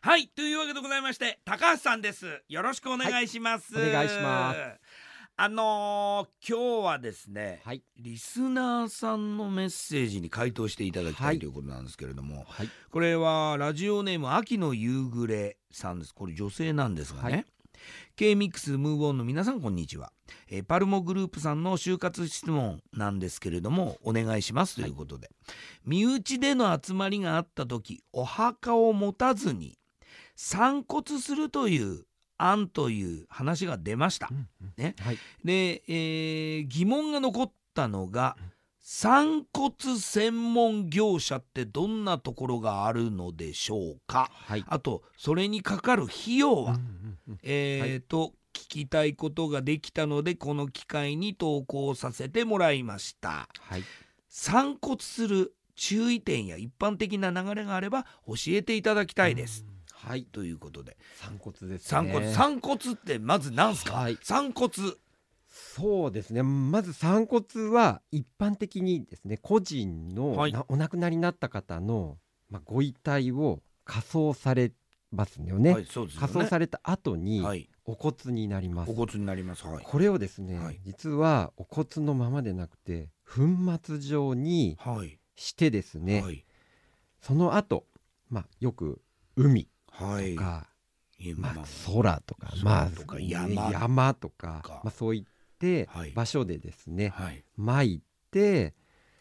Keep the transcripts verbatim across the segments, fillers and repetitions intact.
はい、というわけでございまして、高橋さんです。よろしくお願いします。 はい、お願いします。 あのー、今日はですね、 はい、 リスナーさんのメッセージに回答していただきたい、 はい、 ということなんですけれども、 はい、 これはラジオネーム秋の夕暮れさんです。これ女性なんですがね、はい、K ミックスムーブオンの皆さんこんにちは。えーパルモグループさんの就活質問なんですけれどもお願いしますということで、はい、身内での集まりがあった時、お墓を持たずに散骨するという案という話が出ました、うんうんねはい、で、えー疑問が残ったのが、うん、散骨専門業者ってどんなところがあるのでしょうか、はい、あとそれにかかる費用は、うんうんうん、えーと、はい、聞きたいことができたのでこの機会に投稿させてもらいました、はい、散骨する注意点や一般的な流れがあれば教えていただきたいです。はい、ということで、 散骨ですね。 散骨散骨ってまず何すか、はい、散骨。 そうですね、まず散骨は一般的にですね、個人の、はい、お亡くなりになった方の、まあ、ご遺体を火葬されますよね、はい、そうですよね。火葬された後に、はい、お骨になります。 お骨になります、はい、 これをですね、はい、実はお骨のままでなくて粉末状にしてですね、はい、その後、まあ、よく海とか、はいまあ、空とか、まあ、山, 山とか、まあ、そういって場所でですね、はい、撒いて、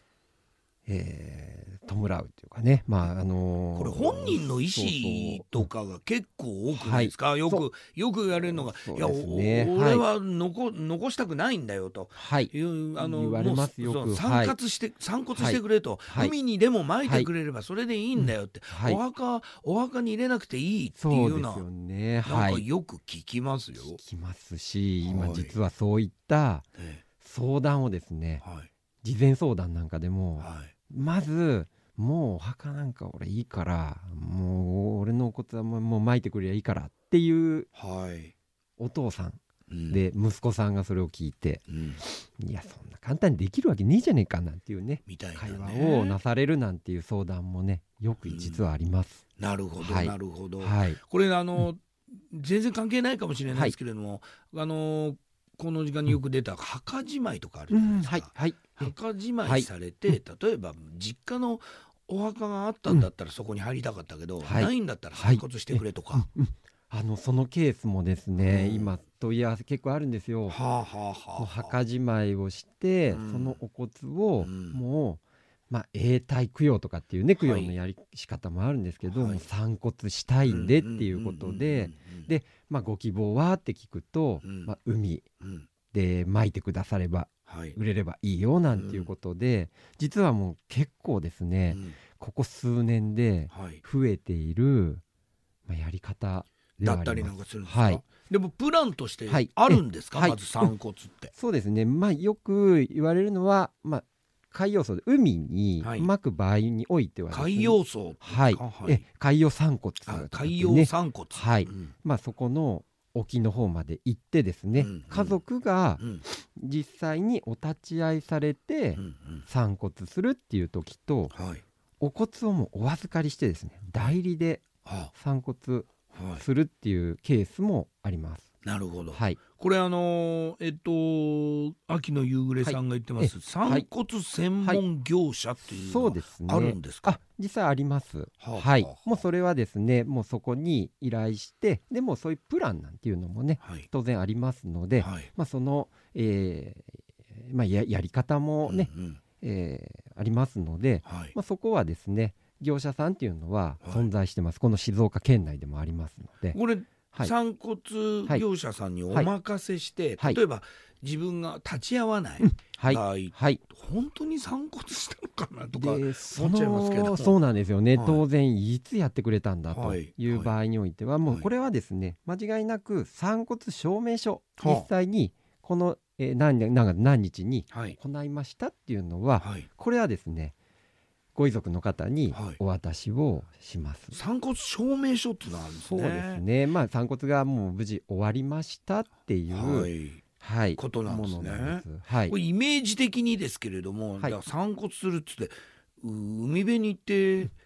えー、弔うというかね、まああのー、 これ本人の意思とかが結構多くないですか、はい、よくよく言われるのが、いや、ね、俺は残、はい、残したくないんだよと、はい、いうあの言われますよく。 散骨して、はい、散骨してくれと、はい、海にでも撒いてくれればそれでいいんだよって、はい、お墓お墓に入れなくていいっていうような、そうですよね、なんかよく聞きますよ、はい、 聞きますし、今実はそういった相談をですね、はい、事前相談なんかでも、はい、まずもうお墓なんか俺いいから、もう俺の骨はもうもう撒いてくれりゃいいからっていうお父さんで、うん、息子さんがそれを聞いて、うん、いやそんな簡単にできるわけねえじゃねえかなんていうね、みたいなね、会話をなされるなんていう相談もねよく実はあります、 うん、なるほど、はい、なるほど、はい、これあの、うん、全然関係ないかもしれないですけれども、はい、あのこの時間によく出た墓じまいとかあるじゃないですか、うんはいはい、墓じまいされて、はい、例えば実家のお墓があったんだったらそこに入りたかったけど、うん、ないんだったら散骨してくれとか、はいはい、 あのそのケースもですね、うん、今問い合わせ結構あるんですよ、はあはあはあ、墓じまいをして、うん、そのお骨を、うん、もうまあ、永代供養とかっていうね供養のやり方もあるんですけど、はい、もう散骨したいんでっていうことで、で、まあ、ご希望はって聞くと、うんまあ、海で撒いてくだされば、はい、売れればいいよなんていうことで、うん、実はもう結構ですね、うん、ここ数年で増えている、まあ、やり方ではあります。 だったりなんかするんですか、はい、でもプランとしてあるんですか、はい、まず散骨って、うん、 そうですね、まあ、よく言われるのは、まあ海洋層で海に撒く場合においてはですね、 海洋層、 はい、はい、え海洋散骨とか、ね、 海洋散骨、 はい、うん、まあそこの沖の方まで行ってですね、うんうん、家族が実際にお立ち会いされて散骨するっていう時と、うんうん、お骨をもうお預かりしてですね代理で散骨するっていうケースもあります。 なるほど、はい、これあのー、えっと秋の夕暮れさんが言ってます、はい、散骨専門業者っていうのはあるんですか、 はいはい、あ実際あります、はあはい、もうそれはですねもうそこに依頼して、でもそういうプランなんていうのもね、はい、当然ありますので、はいまあ、その、えーまあ、や, やり方もね、うんうんえー、ありますので、はいまあ、そこはですね業者さんっていうのは存在してます、はい、この静岡県内でもありますので、 これはい、散骨業者さんにお任せして、はい、例えば自分が立ち会わない場合、はいはい、本当に散骨したのかなとか思っちゃいますけど、 そうなんですよね、はい、当然いつやってくれたんだという場合においては、はい、もうこれはですね間違いなく散骨証明書、はい、実際にこの、えー、何, 何, 何日に行いましたっていうのは、はい、これはですねご遺族の方にお渡しをします、 はい、散骨証明書ってのあるんですね。 そうですね、まあ、散骨がもう無事終わりましたっていう、はいはい、 ことなんですね。 です、はい、 これイメージ的にですけれども、はい、散骨するっつって海辺に行って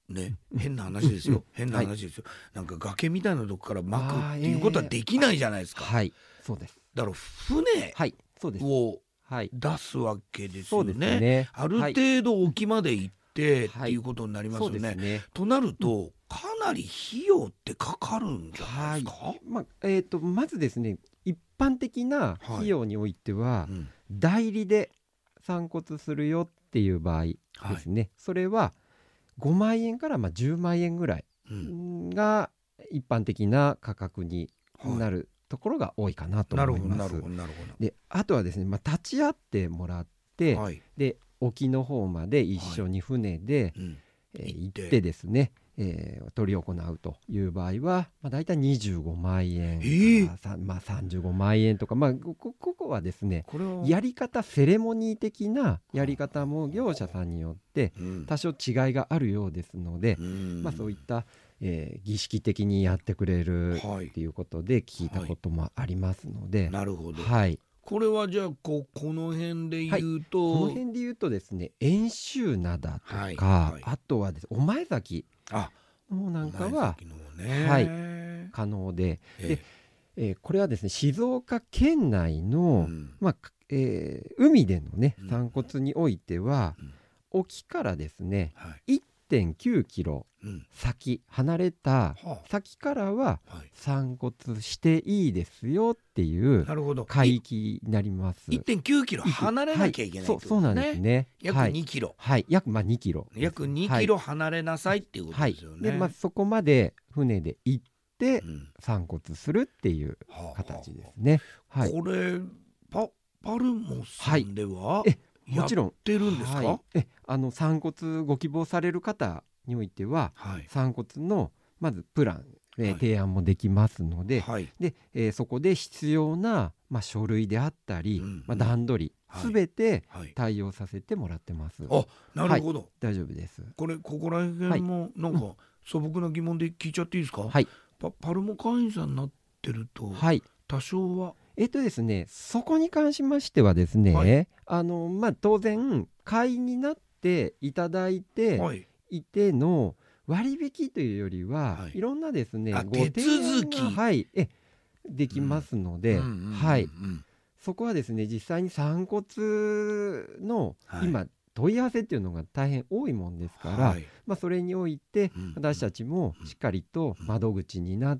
ね、変な話ですよ変な話ですよ、はい、なんか崖みたいなとこから巻くっていうことはできないじゃないですか。 はい、そうです。 だから船を出すわけですよね。ね、ある程度沖まで行ってっていうことになりますよね。はい、ねとなるとかなり費用ってかかるんじゃないですか。はい、 まあえー、とまずですね、一般的な費用においては、はいうん、代理で散骨するよっていう場合ですね、はい、それはごまんえんからまあじゅうまんえんぐらいが一般的な価格になるところが多いかなと思います。で、あとはですね、まあ、立ち会ってもらって、はい、で沖の方まで一緒に船で、はいうんえー、行ってですね、えー、執り行うという場合は、まあ、だいたいにじゅうごまんえんから、えーまあ、さんじゅうごまんえんとか、まあ、こ, ここはですねやり方セレモニー的なやり方も業者さんによって多少違いがあるようですので、うんまあ、そういった、えー、儀式的にやってくれるっていうことで聞いたこともありますので、 はいはい、なるほど、 はいこれはじゃあ こ, この辺で言うと、 はい、この辺で言うとですね遠州灘とか、はいはい、あとはです、ね、御前崎もなんかは、ねはい、可能で、えで、えー、これはですね静岡県内の、うんまあえー、海でのね散骨においては、うん、沖からですね、はい、いってんきゅうキロ先、うん、離れた先からは散骨していいですよっていう海域になります。 いってんきゅうキロ離れなきゃいけない、 はい、そう、そうなんですね。 約にキロ、 はい、約まあにキロ約にキロ離れなさいっていうことですよね。はいはいでまあ、そこまで船で行って散骨するっていう形ですね。 うんはあはあはい、これ パ, パルモさんでは、はい、えもちろんやってるんですか。はい、 えあの散骨ご希望される方においては、はい、散骨のまずプラン、えーはい、提案もできますので、はい、でえー、そこで必要な、まあ、書類であったり、うんまあ、段取りすべ、はい、て対応させてもらってます。 あ、なるほど、はい、 大丈夫です。 これここら辺もなんか素朴な疑問で聞いちゃっていいですか。はい、パ, パルモ会員さんになってると、はい、多少はえっとですねそこに関しましてはですね、はい、あのまあ、当然会員になっていただいていての割引というよりは、はい、いろんなですねご手続き、 はい、えできますので、そこはですね実際に散骨の今、はい、問い合わせっていうのが大変多いもんですから、はいまあ、それにおいて私たちもしっかりと窓口になって、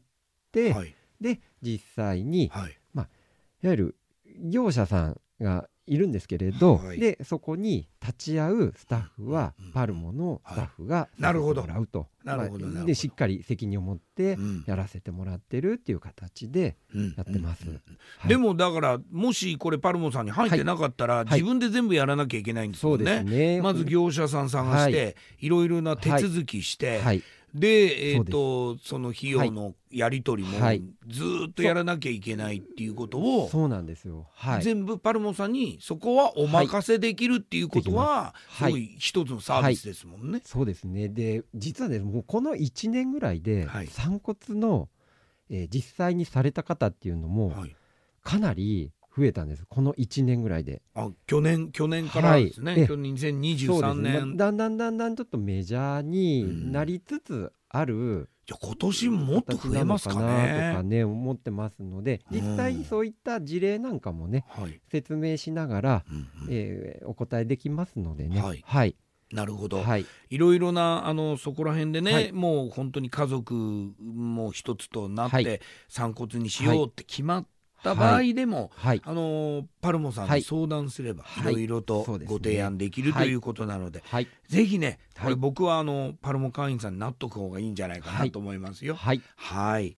はい、で実際に、はいまあ、いわゆる業者さんがいるんですけれど、はい、でそこに立ち会うスタッフはパルモのスタッフがさせてもらうと、 なるほど、 まあ、でしっかり責任を持ってやらせてもらってるっていう形でやってます。うんうんうんはい、でもだからもしこれパルモさんに入ってなかったら、はい、自分で全部やらなきゃいけないんですよね。はい、そうですね。まず業者さん探して、はい、いろいろな手続きして、はいはいで、えーと、そ, その費用のやり取りもずっとやらなきゃいけないっていうことを、はい、 そうなんですよ、はい、 全部パルモさんにそこはお任せできるっていうことは、はい、すごい一つのサービスですもんね。はいはい、 そうですね。で実はねもうこのいちねんぐらいで、はい、散骨の、えー、実際にされた方っていうのも、はい、かなり増えたんです。このいちねんぐらいで。 あ、去年去年からですね。はい、去年にせんにじゅうさんねん、ねまあ、 だんだんだんだんちょっとメジャーになりつつある、うん、 じゃ今年もっと増えますかねとかね思ってますので、実際にそういった事例なんかもね、うん、説明しながら、うんうんえー、お答えできますのでね。はい、はいなるほど、はい、いろいろなあのそこら辺でね、はい、もう本当に家族も一つとなって、はい、散骨にしようって決まった場合でも、はいはい、あのパルモさんに相談すればいろいろとご提案できる、はい、ということなので、はい、ぜひねこれ僕はあのパルモ会員さんになっとく方がいいんじゃないかなと思いますよ。はい、はい